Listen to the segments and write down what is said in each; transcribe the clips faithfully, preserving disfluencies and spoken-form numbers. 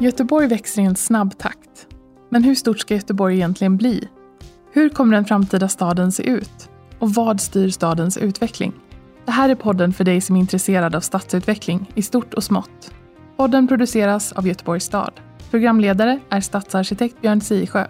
Göteborg växer i en snabb takt. Men hur stort ska Göteborg egentligen bli? Hur kommer den framtida staden se ut? Och vad styr stadens utveckling? Det här är podden för dig som är intresserad av stadsutveckling i stort och smått. Podden produceras av Göteborgs stad. Programledare är stadsarkitekt Björn Sisjö.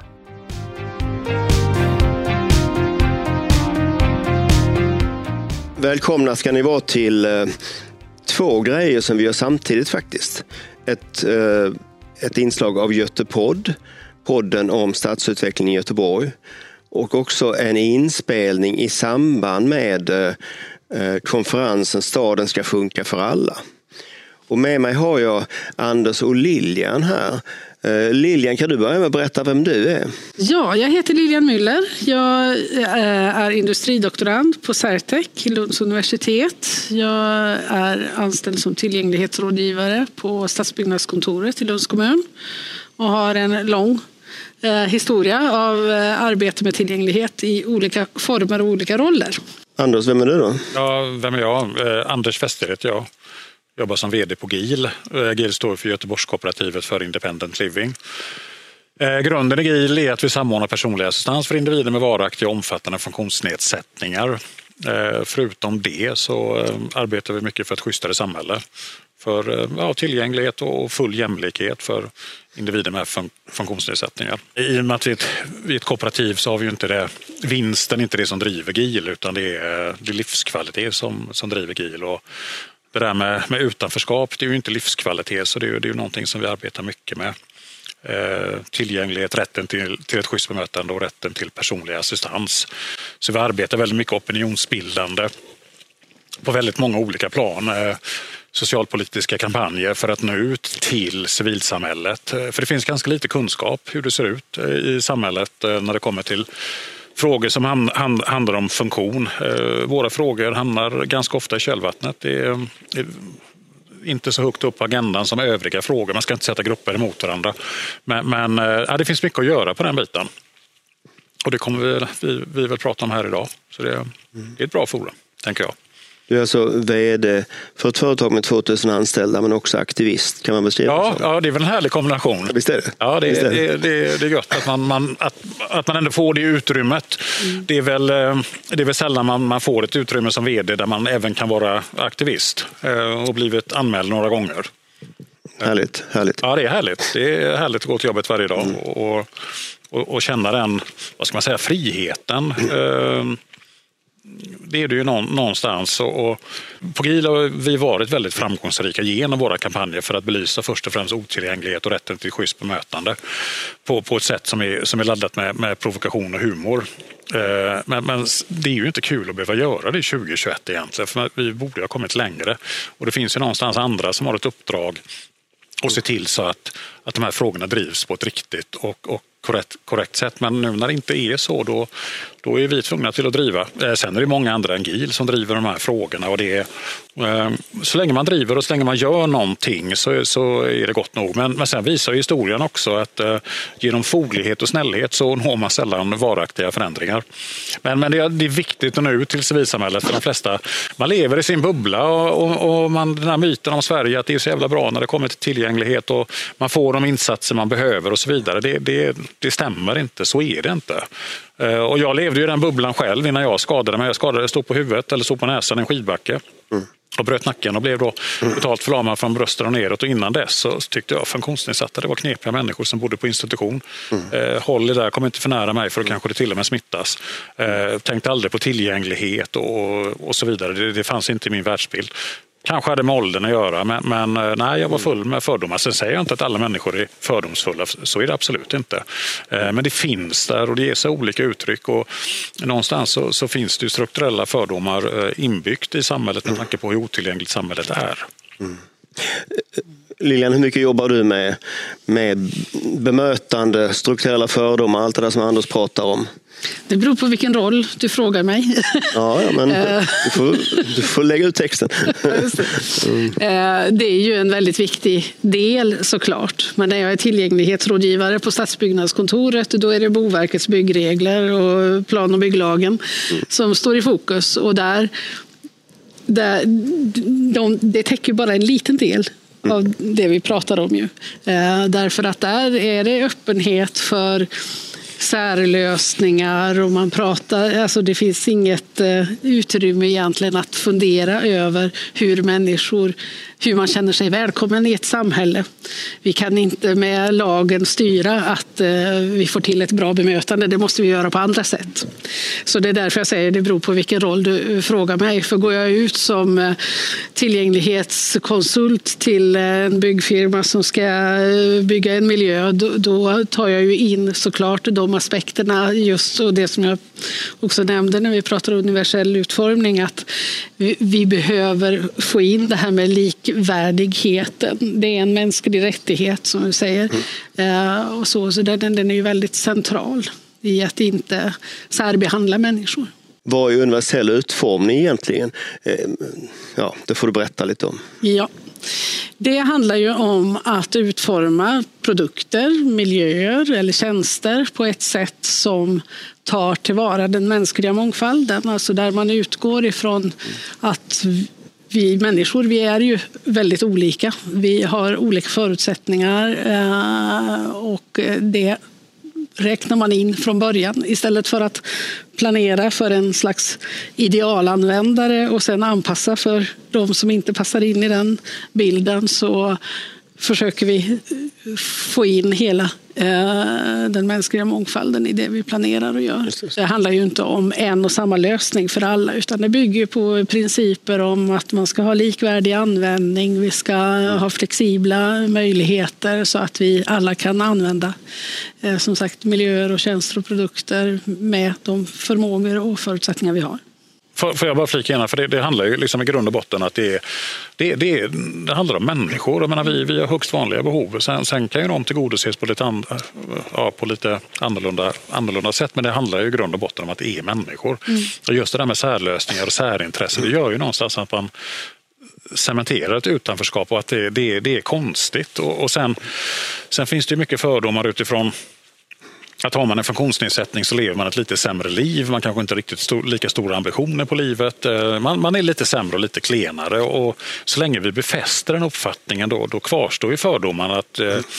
Välkomna ska ni vara till eh, två grejer som vi gör samtidigt faktiskt. Ett, eh, ett inslag av Götepodd, podden om stadsutveckling i Göteborg. Och också en inspelning i samband med eh, konferensen Staden ska funka för alla. Och med mig har jag Anders och Lilian här. Uh, Lilian, kan du börja med att berätta vem du är? Ja, jag heter Lilian Müller. Jag är industridoktorand på Certec i Lunds universitet. Jag är anställd som tillgänglighetsrådgivare på Stadsbyggnadskontoret i Lunds kommun och har en lång eh, historia av eh, arbete med tillgänglighet i olika former och olika roller. Anders, vem är du då? Ja, vem är jag? Eh, Anders Wester heter jag. Jobbar som vd på G I L. G I L står för Göteborgskooperativet för Independent Living. Eh, grunden i G I L är att vi samordnar personlig assistans för individer med varaktiga och omfattande funktionsnedsättningar. Eh, förutom det så eh, arbetar vi mycket för ett schysstare samhälle. För eh, ja, tillgänglighet och full jämlikhet för individer med fun- funktionsnedsättningar. I och med att vi är ett, vi är ett kooperativ så har vi ju inte det, vinsten är inte det som driver G I L utan det är, det är livskvalitet som, som driver G I L. Och det där med, med utanförskap, det är ju inte livskvalitet så det är ju, det är ju någonting som vi arbetar mycket med. Eh, tillgänglighet, rätten till, till ett schysst bemötande och rätten till personlig assistans. Så vi arbetar väldigt mycket opinionsbildande på väldigt många olika plan. Eh, socialpolitiska kampanjer för att nå ut till civilsamhället. Eh, för det finns ganska lite kunskap hur det ser ut eh, i samhället eh, när det kommer till frågor som hand, hand, handlar om funktion. Eh, våra frågor hamnar ganska ofta i kölvattnet. Det är, det är inte så högt upp på agendan som övriga frågor. Man ska inte sätta grupper emot varandra. Men, men eh, det finns mycket att göra på den biten. Och det kommer vi, vi, vi väl prata om här idag. Så det, det är ett bra forum, tänker jag. Du är alltså vd för ett företag med tvåtusen anställda men också aktivist, kan man beskriva ja, så? Ja, det är väl en härlig kombination. Visst är det? Ja, det, Visst är det? det, det, det är gött att man, man, att, att man ändå får det utrymmet. Mm. Det, är väl, det är väl sällan man, man får ett utrymme som vd där man även kan vara aktivist och blivit anmäld några gånger. Härligt, härligt. Ja, det är härligt. Det är härligt att gå till jobbet varje dag mm. och, och, och känna den, vad ska man säga, friheten. Mm. Det är det ju någonstans och på G I L har vi varit väldigt framgångsrika genom våra kampanjer för att belysa först och främst otillgänglighet och rätten till schysst bemötande på, på ett sätt som är, som är laddat med, med provokation och humor. Men, men det är ju inte kul att behöva göra det tjugo tjugoett egentligen för vi borde ha kommit längre och det finns ju någonstans andra som har ett uppdrag och se till så att, att de här frågorna drivs på ett riktigt och, och korrekt, korrekt sätt. Men nu när det inte är så, då, då är vi tvungna till att driva. Sen är det många andra än G I L som driver de här frågorna. Och det är, så länge man driver och så länge man gör någonting så, så är det gott nog. Men, men sen visar historien också att genom foglighet och snällhet så når man sällan varaktiga förändringar. Men, men det, är, det är viktigt att nå ut till civilsamhället för de flesta. Man lever i sin bubbla och, och, och man, den här myten om Sverige att det är så jävla bra när det kommer till tillgänglighet och man får de insatser man behöver och så vidare. Det, det, det stämmer inte, så är det inte. Och jag levde ju i den bubblan själv innan jag skadade mig. Jag skadade, stod på huvudet eller stod på näsan i en skidbacke. Mm. Och bröt nacken och blev då totalt förlamad från brösten och neråt. Och innan dess så tyckte jag funktionsnedsatta, det var knepiga människor som bodde på institution. Mm. Eh, håll i där, kom inte för nära mig för då kanske det till och med smittas. Eh, tänkte aldrig på tillgänglighet och, och så vidare. Det, det fanns inte i min världsbild. Kanske hade med åldern att göra, men, men nej, jag var full med fördomar. Sen säger jag inte att alla människor är fördomsfulla, så är det absolut inte. Eh, men det finns där och det ger sig olika uttryck och någonstans så, så finns det ju strukturella fördomar eh, inbyggt i samhället med tanke på hur otillgängligt samhället är. Mm. Lilian, hur mycket jobbar du med, med bemötande, strukturella fördomar, allt det där som Anders pratar om? Det beror på vilken roll du frågar mig. Ja, ja men du får, du får lägga ut texten. Mm. Det är ju en väldigt viktig del såklart. Men när jag är tillgänglighetsrådgivare på Stadsbyggnadskontoret, då är det Boverkets byggregler och plan- och bygglagen mm. som står i fokus. Och där, där de, det täcker bara en liten del av det vi pratar om ju. Eh, därför att där är det öppenhet för särlösningar och man pratar, alltså det finns inget eh, utrymme egentligen att fundera över hur människor, hur man känner sig välkommen i ett samhälle. Vi kan inte med lagen styra att eh, vi får till ett bra bemötande, det måste vi göra på andra sätt. Så det är därför jag säger det beror på vilken roll du frågar mig. För går jag ut som eh, tillgänglighetskonsult till en byggfirma som ska eh, bygga en miljö, då, då tar jag ju in såklart de aspekterna just och det som jag också nämnde när vi pratar om universell utformning, att vi, vi behöver få in det här med likvärdigheten. Det är en mänsklig rättighet som du säger. Mm. Uh, och så, så den, den är ju väldigt central i att inte särbehandla människor. Vad är universell utformning egentligen? Ja, det får du berätta lite om. Ja, det handlar ju om att utforma produkter, miljöer eller tjänster på ett sätt som tar tillvara den mänskliga mångfalden. Alltså där man utgår ifrån att vi människor, vi är ju väldigt olika. Vi har olika förutsättningar och det räknar man in från början istället för att planera för en slags idealanvändare och sen anpassa för de som inte passar in i den bilden, så försöker vi få in hela eh, den mänskliga mångfalden i det vi planerar och gör. Det, det handlar ju inte om en och samma lösning för alla, utan det bygger på principer om att man ska ha likvärdig användning, vi ska ha flexibla möjligheter så att vi alla kan använda eh, som sagt miljöer och tjänster och produkter med de förmågor och förutsättningar vi har. Får jag bara flika in, för det, det handlar ju liksom i grund och botten att det, det, det, det handlar om människor. Jag menar, vi, vi har högst vanliga behov. Sen, sen kan ju de tillgodoses på lite, and, ja, på lite annorlunda, annorlunda sätt, men det handlar ju i grund och botten om att det är människor. Mm. Och just det där med särlösningar och särintressen, det gör ju någonstans att man cementerar ett utanförskap och att det, det, det är konstigt. Och, och sen, sen finns det ju mycket fördomar utifrån att har man en funktionsnedsättning så lever man ett lite sämre liv. Man kanske inte riktigt stor, lika stora ambitioner på livet. Man, man är lite sämre och lite klenare. Och så länge vi befäster den uppfattningen då, då kvarstår ju fördomarna att,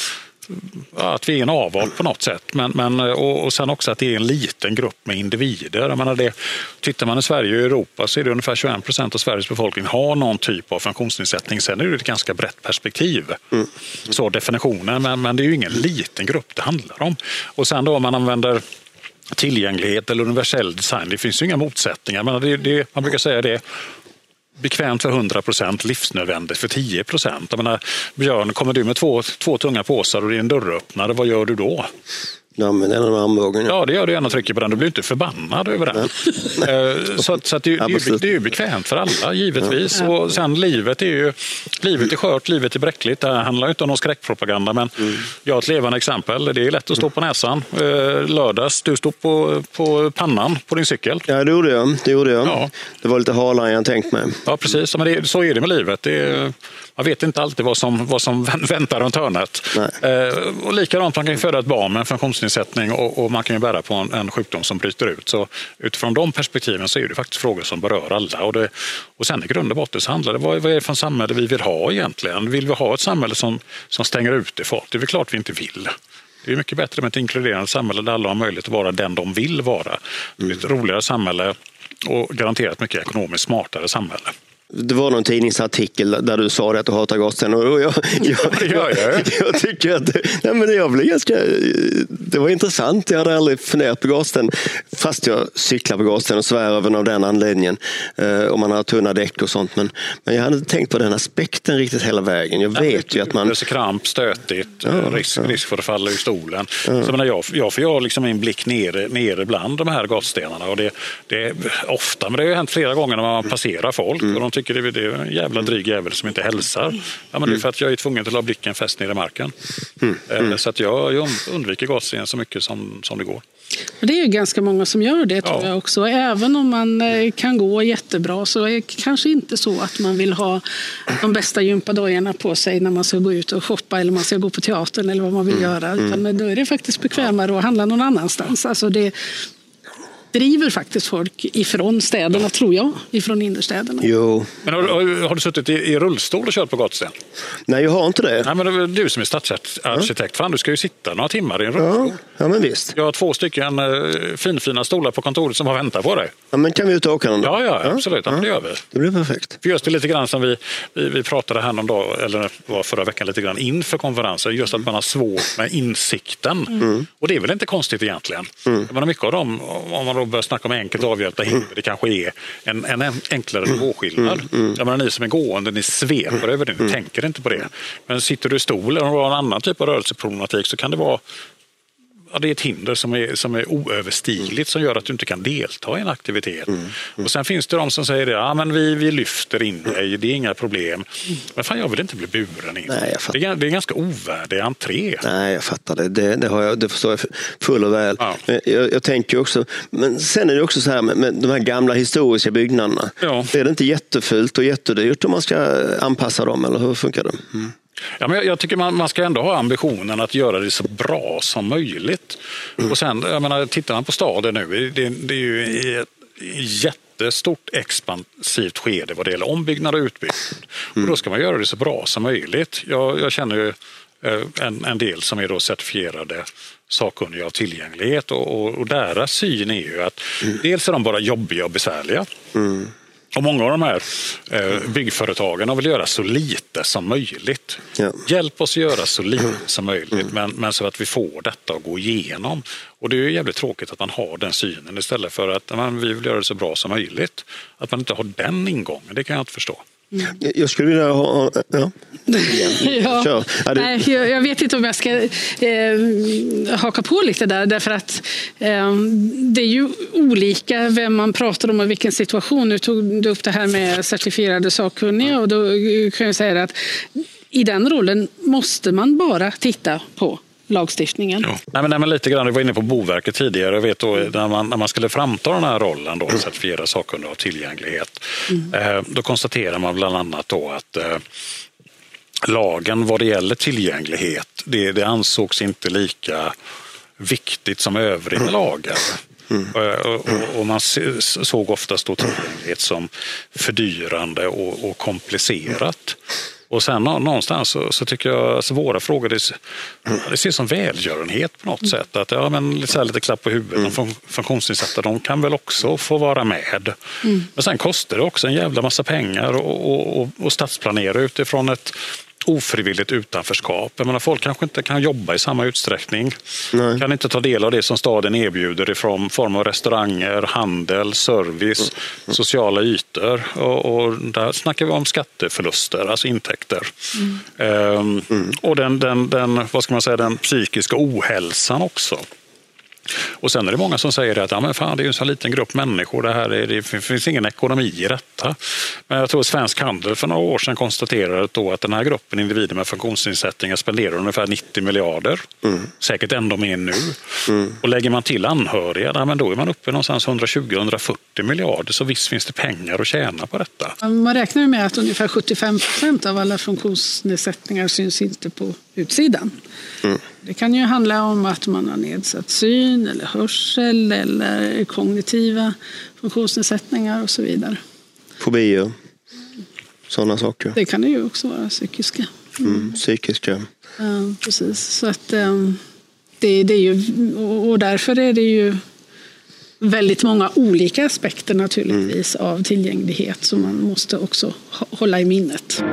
att vi är en avart på något sätt. Men, men, och, och sen också att det är en liten grupp med individer. Jag menar det, tittar man i Sverige och Europa så är det ungefär tjugoen procent av Sveriges befolkning har någon typ av funktionsnedsättning. Sen är det ett ganska brett perspektiv. Mm. Så definitionen, men, men det är ju ingen liten grupp det handlar om. Och sen då om man använder tillgänglighet eller universell design, det finns ju inga motsättningar. Men det, det, man brukar säga det, bekvämt för hundra procent, livsnödvändigt för tio procent. Jag menar, Björn, kommer du med två, två tunga påsar och det är en dörröppnare, vad gör du då? Ja, men den här armbågen. Ja, det gör du gärna, trycker på den. Du blir inte förbannad över den. Ja. så så att det, det, är ju, det är ju bekvämt för alla, givetvis. Ja. Och sen livet är ju livet är skört, livet är bräckligt. Det handlar ju inte om någon skräckpropaganda, men mm. jag har ett levande exempel. Det är lätt att stå på näsan. Lördags, du stod på, på pannan på din cykel. Ja, det gjorde jag. Det, gjorde jag. Ja. Det var lite halare än jag tänkt mig. Ja, precis. Men det, så är det med livet. Det är, man vet inte alltid vad som, vad som väntar runt hörnet. Eh, och likadant, man kan ju föda ett barn med en funktionsnedsättning och, och man kan ju bära på en, en sjukdom som bryter ut. Så utifrån de perspektiven så är det faktiskt frågor som berör alla. Och, det, och sen i grund och botten så handlar det vad, vad är det för samhälle vi vill ha egentligen? Vill vi ha ett samhälle som, som stänger ute folk? Det är väl klart vi inte vill. Det är mycket bättre med ett inkluderande samhälle där alla har möjlighet att vara den de vill vara. Det är ett roligare samhälle och garanterat mycket ekonomiskt smartare samhälle. Det var någon tidningsartikel där du sa det att du hatar gasen och jag, jag, jag, jag, jag tycker att nej men jag blev ganska, det var intressant. Jag hade aldrig funderat på gasen fast jag cyklar på gasen och svär även av den anledningen om man har tunna däck och sånt, men, men jag hade inte tänkt på den aspekten riktigt hela vägen. Jag vet ja, ju att man... Det är kramp, stötigt, ja, risk, ja. risk för att falla ur stolen. Ja. Så menar jag, jag får jag liksom en blick nere, nere bland de här gatstenarna och det, det är ofta, men det har ju hänt flera gånger när man passerar folk mm. och de tycker det är en jävla dryg jävel som inte hälsar. Ja, men det är för att jag är tvungen att ha blicken fäst ner i marken. Mm. Mm. Så att jag, jag undviker gatsten så mycket som, som det går. Det är ju ganska många som gör det, tror ja. jag också. Även om man kan gå jättebra så är det kanske inte så att man vill ha de bästa gympadojorna på sig när man ska gå ut och shoppa eller man ska gå på teatern eller vad man vill mm. göra. Utan då är det faktiskt bekvämare att handla någon annanstans. Alltså det driver faktiskt folk ifrån städerna, tror jag, ifrån innerstäderna. Jo. Men har, har, har du suttit i, i rullstol och kört på gatsten? Nej, jag har inte det. Nej, men det är du som är stadsarkitekt. Fan, du ska ju sitta några timmar i en rullstol. Ja, ja men visst. Jag har två stycken uh, finfina stolar på kontoret som har väntat på dig. Ja, men kan vi ut och åka någon dag? Ja, ja, absolut. Ja, ja. Det gör vi. Det blir perfekt. För just det lite grann som vi, vi, vi pratade här någon dag, eller var förra veckan lite grann inför konferensen, just att man har svårt med insikten. Mm. Och det är väl inte konstigt egentligen. Mm. Jag menar, mycket av dem, om man då börjar snacka om enkelt avhjälpta hinder, det kanske är en, en enklare nivåskillnad. Mm. Mm. Jag menar, ni som är gående, ni sveper över det, ni mm. tänker inte på det. Men sitter du i stolen och har en annan typ av rörelseproblematik så kan det vara ja, det är ett hinder som är, som är oöverstigligt som gör att du inte kan delta i en aktivitet. Mm. Mm. Och sen finns det de som säger det, ja men vi, vi lyfter in dig, det är inga problem. Men fan, jag vill inte bli buren in. Nej, jag det, är, det är ganska ovärdig entré. Nej, jag fattar det. Det, det, har jag, det förstår jag full och väl. Ja. Men jag, jag tänker också, men sen är det också så här med, med de här gamla historiska byggnaderna. Ja. Det är det inte jättefult och jättedyrt om man ska anpassa dem, eller hur funkar det? Mm. Ja, men jag, jag tycker man, man ska ändå ha ambitionen att göra det så bra som möjligt. Mm. Och sen, jag menar, tittar man på staden nu, det, det är ju i ett jättestort expansivt skede vad det gäller ombyggnad och utbyggnad. Mm. Och då ska man göra det så bra som möjligt. Jag, jag känner ju en, en del som är då certifierade sakkunniga av tillgänglighet och, och, och deras syn är ju att mm. dels är de bara jobbiga och besvärliga. Mm. Och många av de här eh, byggföretagen vill göra så lite som möjligt. Ja. Hjälp oss göra så lite som möjligt, mm. men, men så att vi får detta att gå igenom. Och det är ju jävligt tråkigt att man har den synen istället för att man, vi vill göra det så bra som möjligt. Att man inte har den ingången, det kan jag inte förstå. Mm. Jag skulle vilja ha... Ja. ja. Ja, Nej, jag, jag vet inte om jag ska eh, haka på lite där, därför att eh, det är ju olika vem man pratar om och vilken situation. Nu tog du upp det här med certifierade sakkunniga och då kan jag säga att i den rollen måste man bara titta på lagstiftningen. Ja. Nej, men, nej, men lite grann, du var inne på Boverket tidigare. Jag vet då, när, man, när man skulle framta den här rollen då, certifiera sakkunniga av tillgänglighet, mm. eh, då konstaterar man bland annat då att eh, lagen vad det gäller tillgänglighet, det, det ansågs inte lika viktigt som övriga mm. lagar. Mm. Och, och, och man såg oftast då tillgänglighet som fördyrande och, och komplicerat. Och sen någonstans så, så tycker jag att alltså, våra frågor det, det ser som välgörenhet på något sätt. Att ja, men lite, så här, lite klapp på huvudet. De funktionsnedsatta, de kan väl också få vara med. Mm. Men sen kostar det också en jävla massa pengar och, och, och, och stadsplanera utifrån ett ofrivilligt utanförskap. Jag menar, folk kanske inte kan jobba i samma utsträckning. Nej. Kan inte ta del av det som staden erbjuder i form av restauranger, handel, service, mm. sociala ytor. Och, och där snackar vi om skatteförluster, alltså intäkter. Mm. Um, mm. Och den, den, den, vad ska man säga, den psykiska ohälsan också. Och sen är det många som säger att ja, men fan, det är en så liten grupp människor, det, här är, det finns ingen ekonomi i detta. Men jag tror Svensk Handel för några år sedan konstaterade då att den här gruppen individer med funktionsnedsättningar spenderar ungefär nittio miljarder. Mm. Säkert ändå mer nu. Mm. Och lägger man till anhöriga, ja, men då är man uppe någonstans hundratjugo till hundrafyrtio miljarder. Så visst finns det pengar att tjäna på detta. Man räknar med att ungefär sjuttiofem procent av alla funktionsnedsättningar syns inte på utsidan. Mm. Det kan ju handla om att man har nedsatt syn eller hörsel eller kognitiva funktionsnedsättningar och så vidare. Fobier, sådana saker. Det kan det ju också vara, psykiska. Mm. Mm, psykiska. Ja, precis. Så att det, det är ju, och därför är det ju väldigt många olika aspekter naturligtvis mm. av tillgänglighet som man måste också hålla i minnet.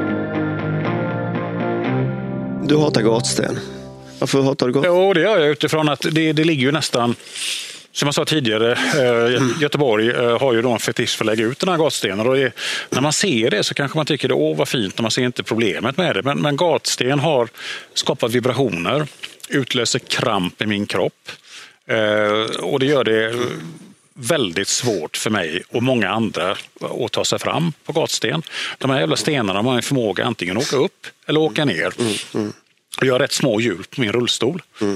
Du hatar gatsten. Varför hatar du gatsten? Jo, det gör jag utifrån att det, det ligger ju nästan, som jag sa tidigare, eh, Göteborg eh, har ju då en fetisch för att lägga ut den här gatstenen. Och det, när man ser det så kanske man tycker det åh vad fint, och man ser inte problemet med det. Men, men gatsten har skapat vibrationer, utlöser kramp i min kropp. Eh, och det gör det väldigt svårt för mig och många andra att ta sig fram på gatsten. De här jävla stenarna har en förmåga antingen att åka upp eller åka ner. Mm, mm. Jag har rätt små hjul på min rullstol. Mm.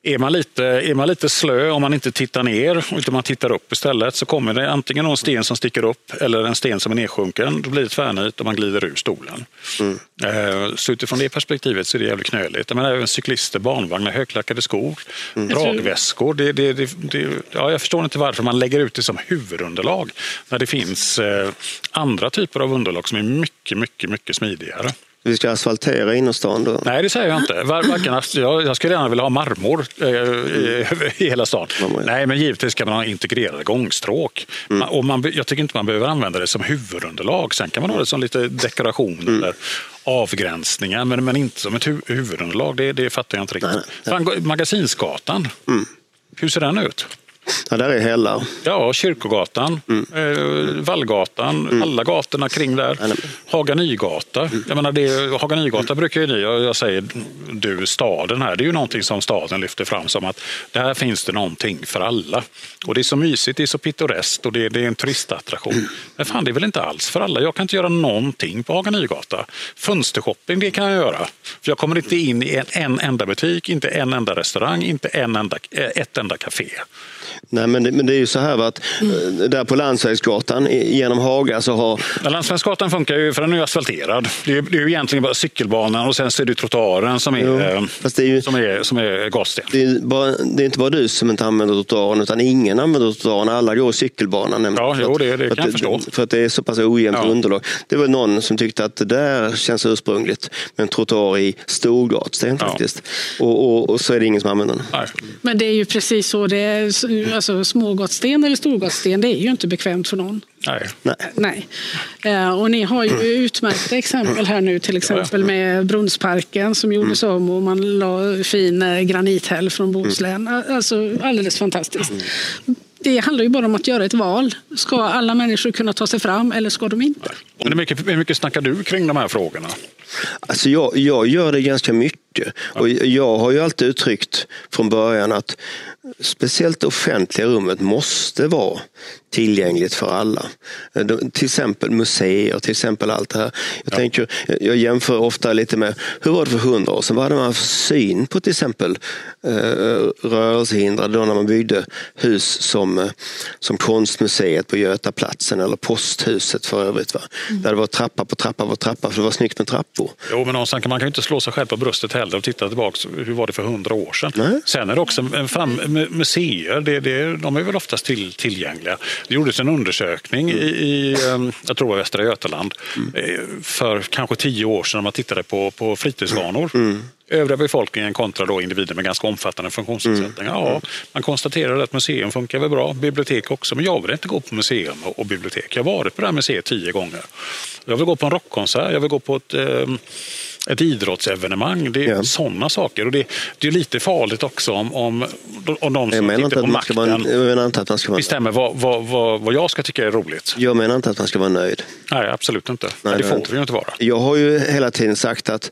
är man, lite, är man lite slö om man inte tittar ner utan man tittar upp istället, så kommer det antingen någon sten som sticker upp eller en sten som är nedsjunken. Då blir det tvärnit och man glider ur stolen. Mm. Så utifrån det perspektivet så är det jävligt knöligt. Men även cyklister, barnvagnar, högklackade skor, mm. dragväskor. Det, det, det, det, ja, jag förstår inte varför man lägger ut det som huvudunderlag när det finns eh, andra typer av underlag som är mycket, mycket, mycket smidigare. Vi ska asfaltera innerstan då? Nej, det säger jag inte. Varken, jag, jag skulle gärna vilja ha marmor eh, i, i hela stan. Mm. Nej, men givetvis ska man ha integrerade gångstråk. Mm. Man, och man, jag tycker inte man behöver använda det som huvudunderlag. Sen kan man ha det som lite dekoration mm. eller avgränsningar, men, men inte som ett hu- huvudunderlag. Det, det fattar jag inte riktigt. Nej, nej. Magasinsgatan, mm. hur ser den ut? Ja, där är hällar. Ja, Kyrkogatan, mm. eh, Vallgatan, mm. alla gatorna kring där. Mm. Haga Nygata. Mm. Jag menar, det, Haga Nygata mm. brukar ju ni, jag, jag säger du, staden här, det är ju någonting som staden lyfter fram som att där finns det någonting för alla. Och det är så mysigt, det är så pittoreskt och det, det är en turistattraktion. Mm. Men fan, det är väl inte alls för alla. Jag kan inte göra någonting på Haga Nygata. Fönstershopping, det kan jag göra. För jag kommer inte in i en, en enda butik, inte en enda restaurang, inte en enda, ett enda café. Nej, men det, men det är ju så här att mm. där på Landsvägsgatan genom Haga så har... Ja, Landsvägsgatan funkar ju för den är ju asfalterad. Det är, det är ju egentligen bara cykelbanan och sen så är det trottoaren som är, jo, det är, ju, som är, som är gassten. Det är, bara, det är inte bara du som inte använder trottoaren utan ingen använder trottoaren. Alla går i cykelbanan. Ja, jo, det, det kan jag förstå. För att det är så pass ojämnt ja. underlag. Det var någon som tyckte att det där känns ursprungligt med en trottoar i storgatsten ja. faktiskt. Och, och, och så är det ingen som använder den. Nej. Men det är ju precis så. Det är, alltså, smågatsten eller storgatsten, det är ju inte bekvämt för någon. Nej. Nej. Nej. Och ni har ju utmärkta exempel här nu, till exempel med Brunnsparken som gjordes mm. om och man la fin granithäll från Bohuslän. Alltså alldeles fantastiskt. Mm. Det handlar ju bara om att göra ett val. Ska alla människor kunna ta sig fram eller ska de inte? Men hur mycket, hur mycket snackar du kring de här frågorna? Alltså jag, jag gör det ganska mycket. Och jag har ju alltid uttryckt från början att speciellt det offentliga rummet måste vara tillgängligt för alla. Till exempel museer, till exempel allt det här. Jag, ja. tänker, jag jämför ofta lite med hur var det för hundra år sedan? Vad hade man för syn på till exempel eh, rörelsehindrade då när man byggde hus som, som Konstmuseet på Götaplatsen eller Posthuset för övrigt. Va? Mm. Där det var trappa på trappa på trappa för det var snyggt med trappor. Jo, men någonstans kan man kan ju inte slå sig själv på bröstet heller och titta tillbaka hur var det för hundra år sedan. Nej. Sen är det också en fram, museer, det, det, de är väl oftast till, tillgängliga. Det gjordes en undersökning mm. i, i jag tror det var Västra Götaland mm. för kanske tio år sedan när man tittade på, på fritidsvanor. Mm. Övriga befolkningen kontra då individer med ganska omfattande funktionsnedsättning. Mm. Ja, man konstaterade att museum funkar väl bra, bibliotek också, men jag vill inte gå på museum och, och bibliotek. Jag har varit på det här museet tio gånger. Jag vill gå på en rockkonsert, jag vill gå på ett, eh, ett idrottsevenemang. Det är yeah. sådana saker. Och det, det är lite farligt också om, om, om de som sitter på makten en, jag menar inte att man ska vara bestämmer vad, vad, vad, vad jag ska tycka är roligt. Jag menar inte att man ska vara nöjd. Nej, absolut inte. Nej, det får det ju inte vara. Jag har ju hela tiden sagt att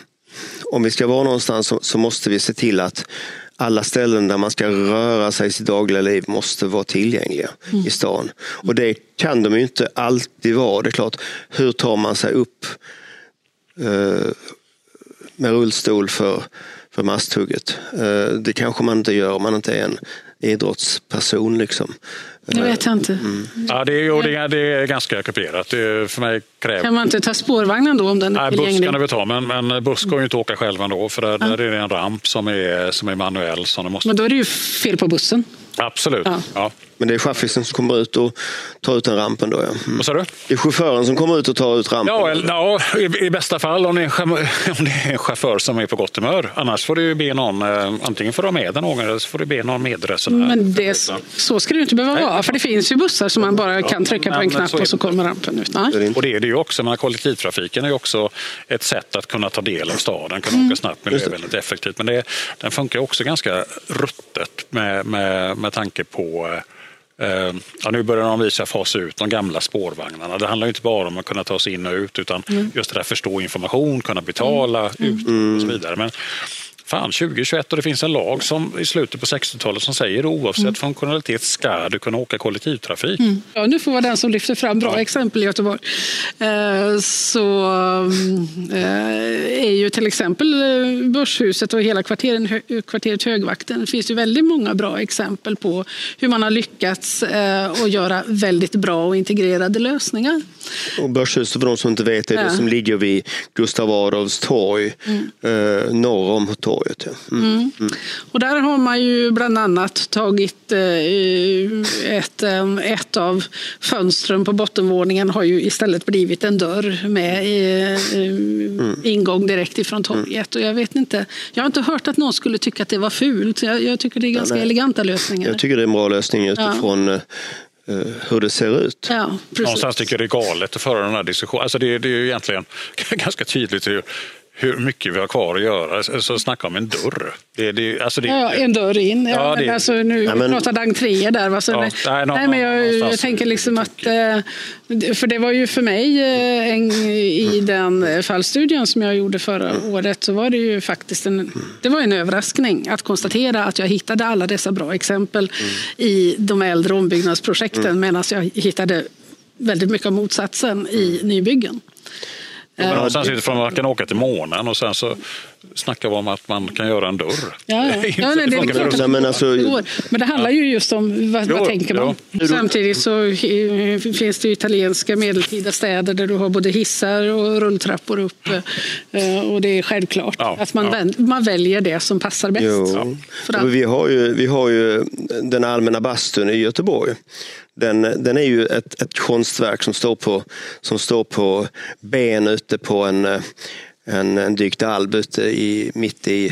om vi ska vara någonstans så, så måste vi se till att alla ställen där man ska röra sig i sitt dagliga liv måste vara tillgängliga mm. i stan. Och det kan de ju inte alltid vara. Det är klart, hur tar man sig upp eh, med rullstol för, för masthugget? Eh, det kanske man inte gör om man inte är en idrottsperson liksom. Det vet jag inte. Mm. Ja, det är, det, är, det är ganska kuperat. Det för mig kräver... Kan man inte ta spårvagnen då om den är Nej, buss kan vi ta, men, men buss går ju inte åka själv ändå för där, ja. där är det en ramp som är, som är manuell. Som det måste... Men då är det ju fel på bussen. Absolut, ja. ja. Men det är chaffisen som kommer ut och tar ut den rampen då, ja. Mm. Vad sa du? Det är chauffören som kommer ut och tar ut rampen. Ja, eller, ja i, i bästa fall om det, är en, om det är en chaufför som är på gott humör. Annars får du be någon, eh, antingen får du med den någon eller så får du be någon medresenär. Men det, så ska det ju inte behöva Nej. vara, för det finns ju bussar som man bara kan trycka på en knapp och så kommer rampen ut. Nej. Och det är det ju också, men kollektivtrafiken är ju också ett sätt att kunna ta del av staden, kunna mm. åka snabbt, men det är väldigt effektivt. Men det, den funkar också ganska ruttet med, med, med tanke på ja, nu börjar de visa fasa ut de gamla spårvagnarna. Det handlar ju inte bara om att kunna ta sig in och ut utan mm. just det där förstå information, kunna betala mm. ut och så vidare. Men fan tjugo tjugoett och det finns en lag som i slutet på sextiotalet som säger oavsett mm. funktionalitet ska du kunna åka kollektivtrafik. Mm. Ja, nu får vara den som lyfter fram bra ja. exempel i Göteborg. Eh, så eh, är ju till exempel Börshuset och hela kvarteren, kvarteret Högvakten. Det finns ju väldigt många bra exempel på hur man har lyckats eh, att göra väldigt bra och integrerade lösningar. Och Börshuset, för de som inte vet, är det ja. som ligger vid Gustav Adolfs torg mm. eh, norr om torget. Ja. Mm. Mm. Mm. Och där har man ju bland annat tagit eh, ett, ett av fönstren på bottenvåningen har ju istället blivit en dörr med eh, mm. ingång direkt ifrån torget. Mm. Och jag vet inte, jag har inte hört att någon skulle tycka att det var fult. Jag, jag tycker det är ganska ja, eleganta lösningar. Jag tycker det är en bra lösning utifrån ja. hur det ser ut. Ja, någonstans tycker jag det är galet att föra den här diskussionen. Alltså det, det är ju egentligen ganska tydligt hur, hur mycket vi har kvar att göra. Så snacka om en dörr. Det, det, alltså det, ja, en dörr in. Ja, ja, det, alltså, nu ja, men, pratade entréer där. Alltså, ja, nej, no, nej, men jag, jag tänker liksom att... För det var ju för mig en, i den fallstudien som jag gjorde förra mm. året så var det ju faktiskt en, det var en överraskning att konstatera att jag hittade alla dessa bra exempel mm. i de äldre ombyggnadsprojekten mm. medan jag hittade väldigt mycket av motsatsen i nybyggen. Men sen sitter från att man kan åka till månen och sen så snackar vi om att man kan göra en dörr. Ja, ja. ja nej, det är klart att nej, men, alltså, men det handlar ju just om vad, jo, vad tänker man. Jo. Samtidigt så finns det ju italienska medeltida städer där du har både hissar och rulltrappor upp och det är självklart ja, att man, ja. väl, man väljer det som passar bäst. Jo. Ja. Vi, har ju, vi har ju den allmänna bastun i Göteborg. Den, den är ju ett, ett konstverk som står på, som står på ben ute på en, en, en dykt alb ute i, mitt i,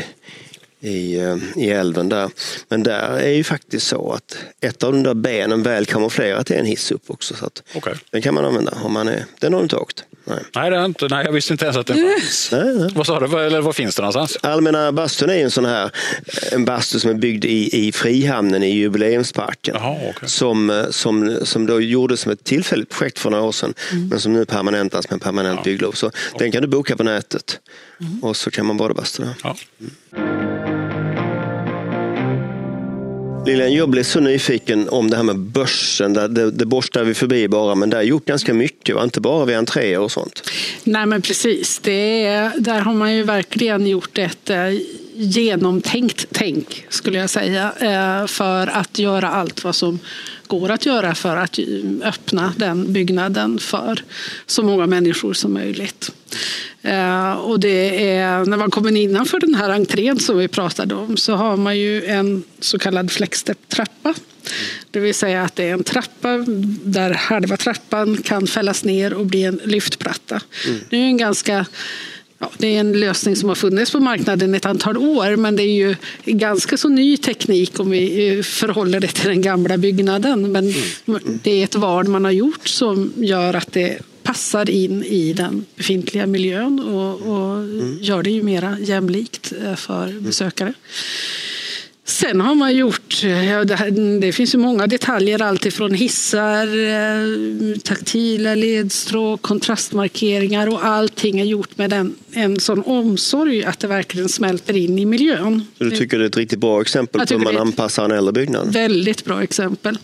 i, i älven där. Men där är ju faktiskt så att ett av de där benen väl kamouflerat är en hiss upp också. Så att okay. Den kan man använda om man är, den har du inte åkt. Nej. Nej, det är inte, nej, jag visste inte ens att den fanns. Nej, nej. Vad sa du? Eller vad finns det någonstans? Allmänna bastun är en sån här en bastu som är byggd i, i Frihamnen i Jubileumsparken. Aha, okay. som, som, som då gjordes som ett tillfälligt projekt för några år sedan. Mm. Men som nu permanentas med permanent ja. bygglov. Så okay. Den kan du boka på nätet. Mm. Och så kan man bada bastu där. Ja. Mm. Lilian, jag blev så nyfiken om det här med börsen. Där det, det borstar vi förbi bara, men det har gjort ganska mycket, inte bara vid entréer och sånt. Nej, men precis. Det är, där har man ju verkligen gjort ett eh, genomtänkt tänk, skulle jag säga, eh, för att göra allt vad som går att göra för att öppna den byggnaden för så många människor som möjligt. Uh, och det är, när man kommer innanför den här entrén som vi pratade om så har man ju en så kallad flexstep-trappa. Det vill säga att det är en trappa där halva trappan kan fällas ner och bli en lyftplatta. Mm. Det är en ganska... Ja, det är en lösning som har funnits på marknaden ett antal år, men det är ju ganska så ny teknik om vi förhåller det till den gamla byggnaden. Men det är ett val man har gjort som gör att det passar in i den befintliga miljön och, och gör det ju mera jämlikt för besökare. Sen har man gjort, ja, det, det finns ju många detaljer, allt ifrån hissar, taktila ledstråk, kontrastmarkeringar och allting är gjort med en, en sån omsorg att det verkligen smälter in i miljön. Så du tycker det är ett riktigt bra exempel på hur man anpassar en äldre byggnad? Väldigt bra exempel.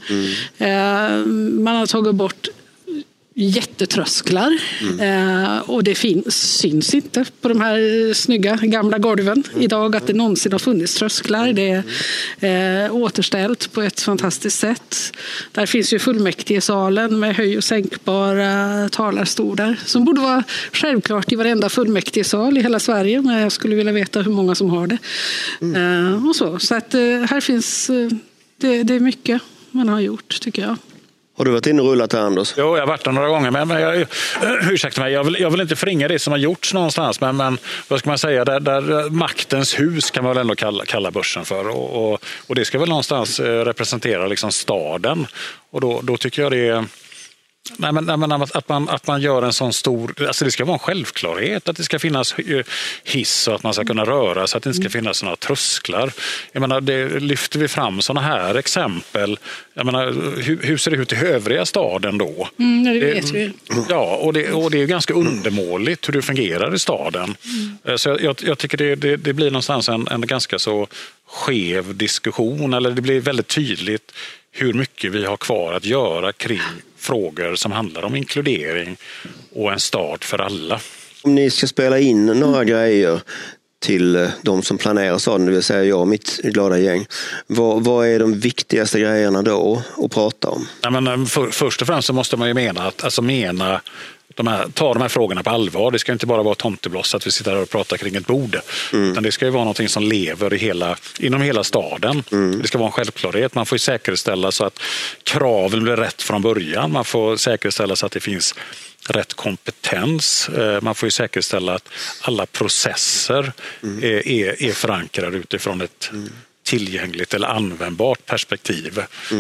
Mm. Man har tagit bort jättetrösklar mm. eh, och det finns, syns inte på de här snygga gamla golven mm. idag att det någonsin har funnits trösklar. Det är eh, återställt på ett fantastiskt sätt. Där finns ju fullmäktigesalen med höj- och sänkbara talarstolar som borde vara självklart i varenda fullmäktigesal i hela Sverige, men jag skulle vilja veta hur många som har det. Mm. Eh, och så. Så att eh, här finns eh, det, det är mycket man har gjort, tycker jag. Har du varit inne och rullat här, Anders? Jo, jag har varit där några gånger, men, men jag, ursäkta mig, jag vill, jag vill inte förringa det som har gjorts någonstans, men, men vad ska man säga, där, där maktens hus kan man väl ändå kalla, kalla börsen för, och, och, och det ska väl någonstans representera liksom staden, och då, då tycker jag det är, Nej, men, nej, men att, man, att man gör en sån stor... Alltså det ska vara en självklarhet att det ska finnas hiss och att man ska kunna röra så att det inte ska finnas några trösklar. Jag menar, det, lyfter vi fram såna här exempel, jag menar, hur, hur ser det ut i övriga staden då? Mm, det vet vi. Ja, och det, och det är ganska undermåligt hur det fungerar i staden. Mm. Så jag, jag tycker det, det, det blir någonstans en, en ganska så skev diskussion, eller det blir väldigt tydligt hur mycket vi har kvar att göra kring frågor som handlar om inkludering och en start för alla. Om ni ska spela in några grejer till de som planerar staden, det vill säga jag och mitt glada gäng, vad, vad är de viktigaste grejerna då att prata om? Nej, men för, först och främst så måste man ju mena att alltså mena de här, ta de här frågorna på allvar. Det ska inte bara vara tomtebloss att vi sitter här och pratar kring ett bord. Mm. Utan det ska ju vara någonting som lever i hela, inom hela staden. Mm. Det ska vara en självklarhet. Man får ju säkerställa så att kraven blir rätt från början. Man får säkerställa så att det finns rätt kompetens. Man får ju säkerställa att alla processer mm. är, är, är förankrade utifrån ett mm. tillgängligt eller användbart perspektiv.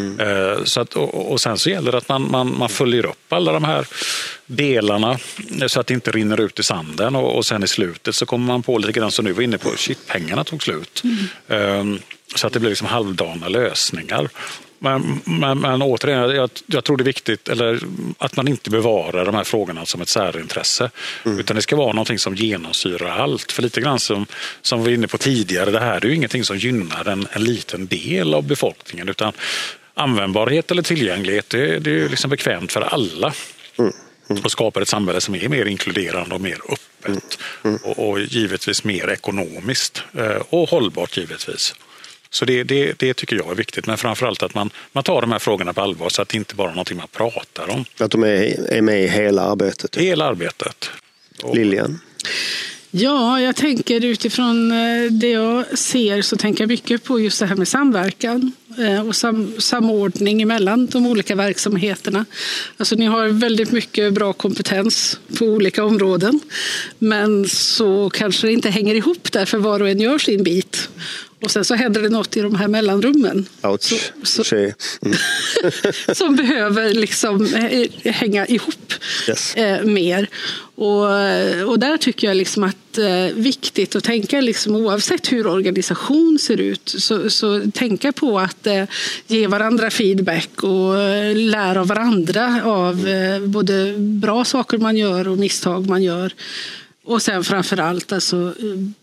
Mm. Så att, och, och sen så gäller det att man, man, man följer upp alla de här delarna så att det inte rinner ut i sanden, och, och sen i slutet så kommer man på lite grann som nu var inne på, shit, pengarna tog slut. Mm. Så att det blir liksom halvdana lösningar. Men, men, men återigen, jag, jag tror det är viktigt eller, att man inte bevarar de här frågorna som ett särintresse. Mm. Utan det ska vara någonting som genomsyrar allt. För lite grann som, som vi var inne på tidigare, det här är ju ingenting som gynnar en, en liten del av befolkningen. Utan användbarhet eller tillgänglighet, det, det är ju liksom bekvämt för alla. Mm. Mm. Och skapar ett samhälle som är mer inkluderande och mer öppet. Mm. Mm. Och, och givetvis mer ekonomiskt. Och hållbart givetvis. Så det, det, det tycker jag är viktigt, men framförallt att man, man tar de här frågorna på allvar så att det inte bara är någonting man pratar om. Att de är, är med i hela arbetet. Hela arbetet. Och... Lilian? Ja, jag tänker utifrån det jag ser så tänker jag mycket på just det här med samverkan och sam- samordning mellan de olika verksamheterna. Alltså ni har väldigt mycket bra kompetens på olika områden, men så kanske det inte hänger ihop där för var och en gör sin bit. Och sen så händer det något i de här mellanrummen. Ouch. Så, så, mm. som behöver liksom hänga ihop yes. eh, mer. Och, och där tycker jag liksom att eh, viktigt att tänka liksom, oavsett hur organisation ser ut, så, så tänka på att eh, ge varandra feedback och eh, lära av varandra av eh, både bra saker man gör och misstag man gör. Och sen framförallt alltså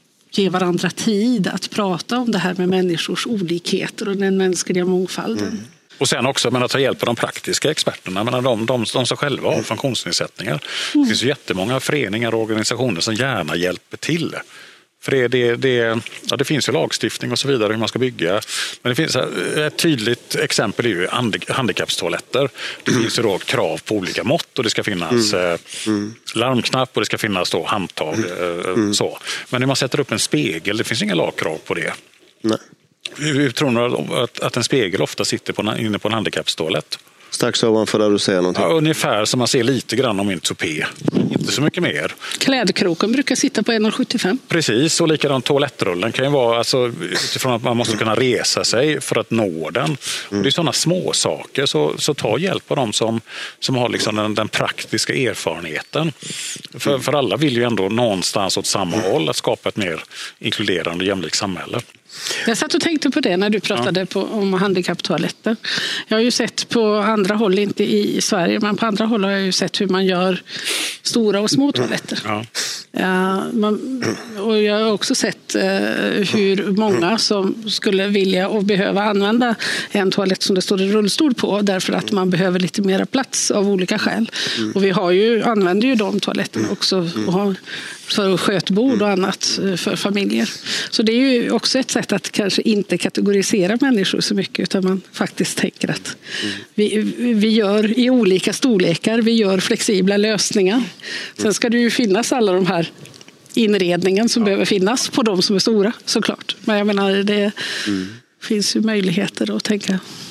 ge varandra tid att prata om det här med människors olikheter och den mänskliga mångfalden. Mm. Och sen också men att ta hjälp av de praktiska experterna, men de, de, de som själva har funktionsnedsättningar. Mm. Det finns jättemånga föreningar och organisationer som gärna hjälper till. För det, det, det, ja, det finns ju lagstiftning och så vidare hur man ska bygga. Men det finns ett tydligt exempel är ju handikappstoaletter. Det finns ju då krav på olika mått och det ska finnas mm. Mm. larmknapp och det ska finnas då handtag. Mm. Så. Men när man sätter upp en spegel, det finns inga lagkrav på det. Nej. Hur tror du att, att en spegel ofta sitter på, inne på en handikappstoalett? Strax ovanför där du ser någonting. Ja, ungefär som man ser lite grann om min tupé. Inte så mycket mer. Klädkroken brukar sitta på en komma sjuttiofem. Precis, och likadant toalettrullen kan ju vara alltså, utifrån att man måste kunna resa sig för att nå den. Mm. Det är sådana små saker, så, så ta hjälp av dem som, som har liksom den, den praktiska erfarenheten. För, mm. för alla vill ju ändå någonstans åt samma mm. håll, att skapa ett mer inkluderande och jämlikt samhälle. Jag satt och tänkte på det när du pratade ja. på, om handikapptoaletter. Jag har ju sett på andra håll, inte i Sverige, men på andra håll har jag ju sett hur man gör stora och små toaletter. Ja. Ja, man, och jag har också sett eh, hur många som skulle vilja och behöva använda en toalett som det står en rullstol på, därför att man behöver lite mera plats av olika skäl. Mm. Och vi har ju, använder ju de toaletterna också och har, för skötbord och annat för familjer. Så det är ju också ett sätt att kanske inte kategorisera människor så mycket, utan man faktiskt tänker att vi, vi gör i olika storlekar, vi gör flexibla lösningar. Sen ska det ju finnas alla de här inredningen som ja. behöver finnas på de som är stora, såklart. Men jag menar, det mm. finns ju möjligheter att tänka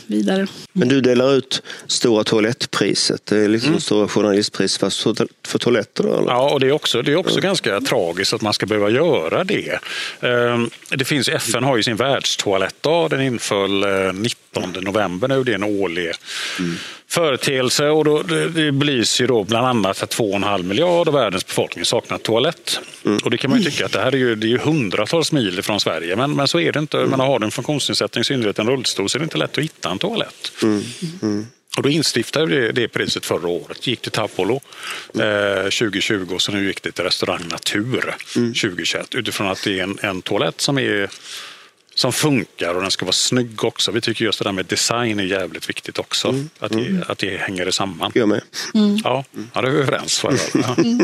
vidare. Men du delar ut stora toalettpriset. Det är liksom mm. stora journalistpris för, för toaletter då, eller? Ja, och det är också, det är också mm. ganska tragiskt att man ska behöva göra det. Det finns, F N har ju sin världstoalettdag, den inföll nittonde november nu, det är en årlig mm. företeelse, och då, det blir ju då bland annat att två och en halv miljard av världens befolkning saknar toalett. Mm. Och det kan man ju tycka att det här är ju, det är ju hundratals mil från Sverige, men, men så är det inte. Mm. Man har en funktionsnedsättning, synnerhet en rullstol, så är det inte lätt att hitta en toalett. Mm. Mm. Och då instiftade vi det priset förra året. Gick till Tapolo eh, tjugo tjugo, och så nu gick det till restaurang Natur mm. tjugo tjugoett. Utifrån att det är en, en toalett som är som funkar, och den ska vara snygg också. Vi tycker just det där med design är jävligt viktigt också. Mm. Att, det, mm. att det hänger samman. Jag med. Mm. Ja, ja, det är vi överens för. Ja. Mm.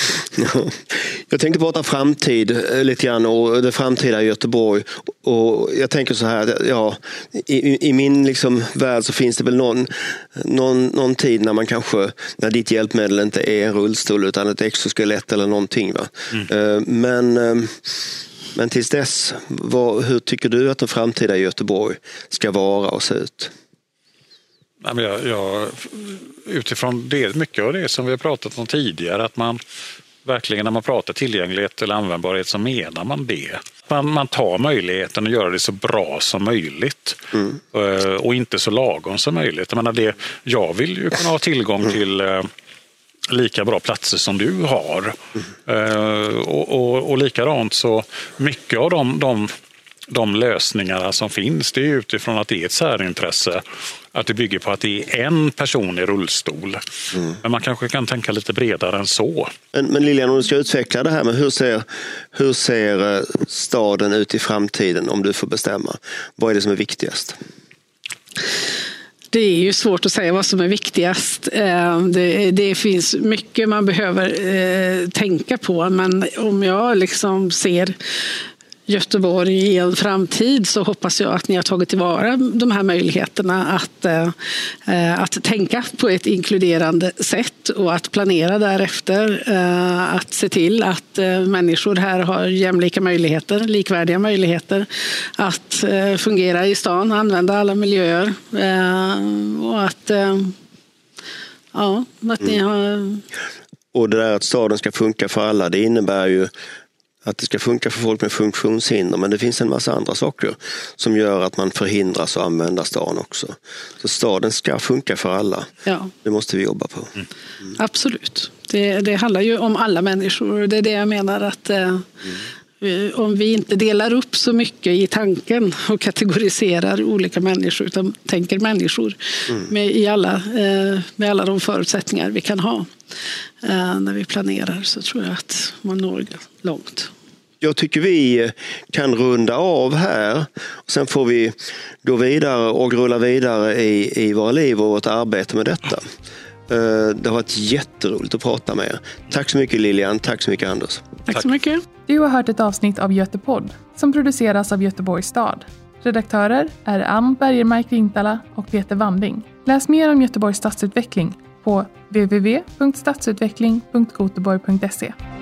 Jag tänkte prata framtid lite grann, och det framtida i Göteborg. Och jag tänker så här, ja, i, i min liksom värld så finns det väl någon, någon, någon tid när man kanske, när ditt hjälpmedel inte är en rullstol utan ett exoskelett eller någonting. Va? Mm. Men... Men tills dess, vad, hur tycker du att den framtida Göteborg ska vara och se ut? Jag, jag, utifrån det, mycket av det som vi har pratat om tidigare, att man verkligen när man pratar tillgänglighet eller användbarhet så menar man det. Man, man tar möjligheten att göra det så bra som möjligt mm. och inte så lagom som möjligt. Jag menar det, jag vill ju kunna ha tillgång till lika bra platser som du har. Mm. Uh, och, och, och likadant så mycket av de, de, de lösningarna som finns, det är utifrån att det är ett särintresse. Att det bygger på att det är en person i rullstol. Mm. Men man kanske kan tänka lite bredare än så. Men, men Lilian, om du ska utveckla det här, men hur ser, hur ser staden ut i framtiden om du får bestämma? Vad är det som är viktigast? Det är ju svårt att säga vad som är viktigast. Det, det finns mycket man behöver tänka på, men om jag liksom ser Göteborg i en framtid så hoppas jag att ni har tagit tillvara de här möjligheterna att, att tänka på ett inkluderande sätt och att planera därefter. Att se till att människor här har jämlika möjligheter, likvärdiga möjligheter att fungera i stan, använda alla miljöer och att, ja, att ni har... Och det där att staden ska funka för alla, det innebär ju att det ska funka för folk med funktionshinder, men det finns en massa andra saker som gör att man förhindras att använda stan också. Så staden ska funka för alla. Ja. Det måste vi jobba på. Mm. Mm. Absolut. Det, det handlar ju om alla människor. Det är det jag menar att eh, mm. om vi inte delar upp så mycket i tanken och kategoriserar olika människor utan tänker människor mm. med, i alla, eh, med alla de förutsättningar vi kan ha. När vi planerar så tror jag att man når långt. Jag tycker vi kan runda av här. Sen får vi gå vidare och rulla vidare i, i våra liv och vårt arbete med detta. Det har varit jätteroligt att prata med er. Tack så mycket Lilian, tack så mycket Anders. Tack så mycket. Du har hört ett avsnitt av Götepodd som produceras av Göteborgs stad. Redaktörer är Ann Bergermark Rintala och Peter Wanding. Läs mer om Göteborgs stadsutveckling på w w w punkt stadsutveckling punkt goteborg punkt se.